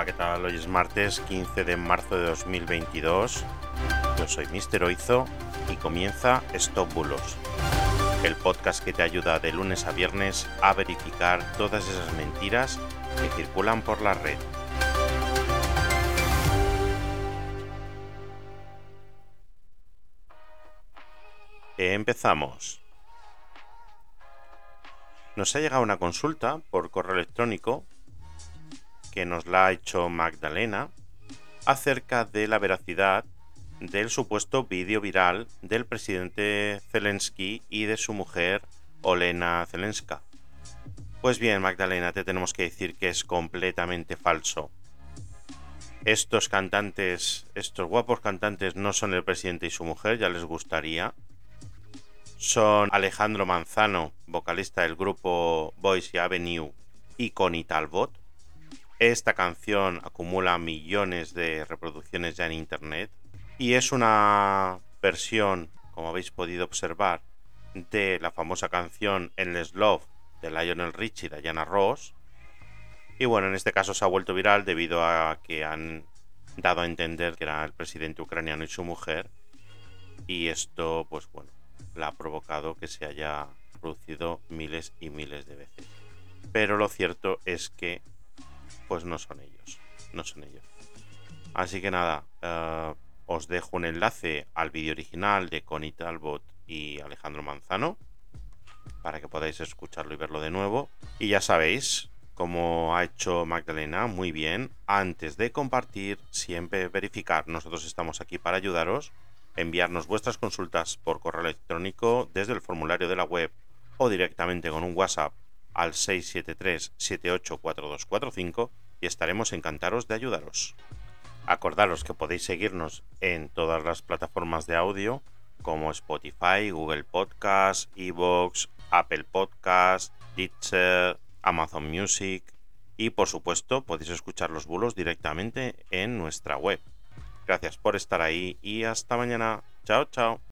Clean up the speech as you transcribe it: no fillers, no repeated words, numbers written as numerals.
Hola, ¿qué tal? Hoy es martes 15 de marzo de 2022. Yo soy Mr. Oizo y comienza Stop Bulos, el podcast que te ayuda de lunes a viernes a verificar todas esas mentiras que circulan por la red. Empezamos. Nos ha llegado una consulta por correo electrónico que nos la ha hecho Magdalena acerca de la veracidad del supuesto vídeo viral del presidente Zelensky y de su mujer Olena Zelenska. Pues bien, Magdalena, te tenemos que decir que es completamente falso. Estos guapos cantantes no son el presidente y su mujer, ya les gustaría. Son Alejandro Manzano, vocalista del grupo Boise Avenue, y Connie Talbot. Esta canción acumula millones de reproducciones ya en internet y es una versión, como habéis podido observar, de la famosa canción Endless Love de Lionel Richie y Diana Ross. Y bueno, en este caso se ha vuelto viral debido a que han dado a entender que era el presidente ucraniano y su mujer, y esto, pues bueno, la ha provocado que se haya producido miles y miles de veces. Pero lo cierto es que pues no son ellos. Así que nada, os dejo un enlace al vídeo original de Connie Talbot y Alejandro Manzano para que podáis escucharlo y verlo de nuevo. Y ya sabéis, como ha hecho Magdalena muy bien, antes de compartir, siempre verificar. Nosotros estamos aquí para ayudaros. Enviarnos vuestras consultas por correo electrónico desde el formulario de la web o directamente con un WhatsApp al 673-784245 y estaremos encantados de ayudaros. Acordaros que podéis seguirnos en todas las plataformas de audio como Spotify, Google Podcast, iVoox, Apple Podcast, Deezer, Amazon Music, y por supuesto podéis escuchar los bulos directamente en nuestra web. Gracias por estar ahí y hasta mañana. Chao, chao.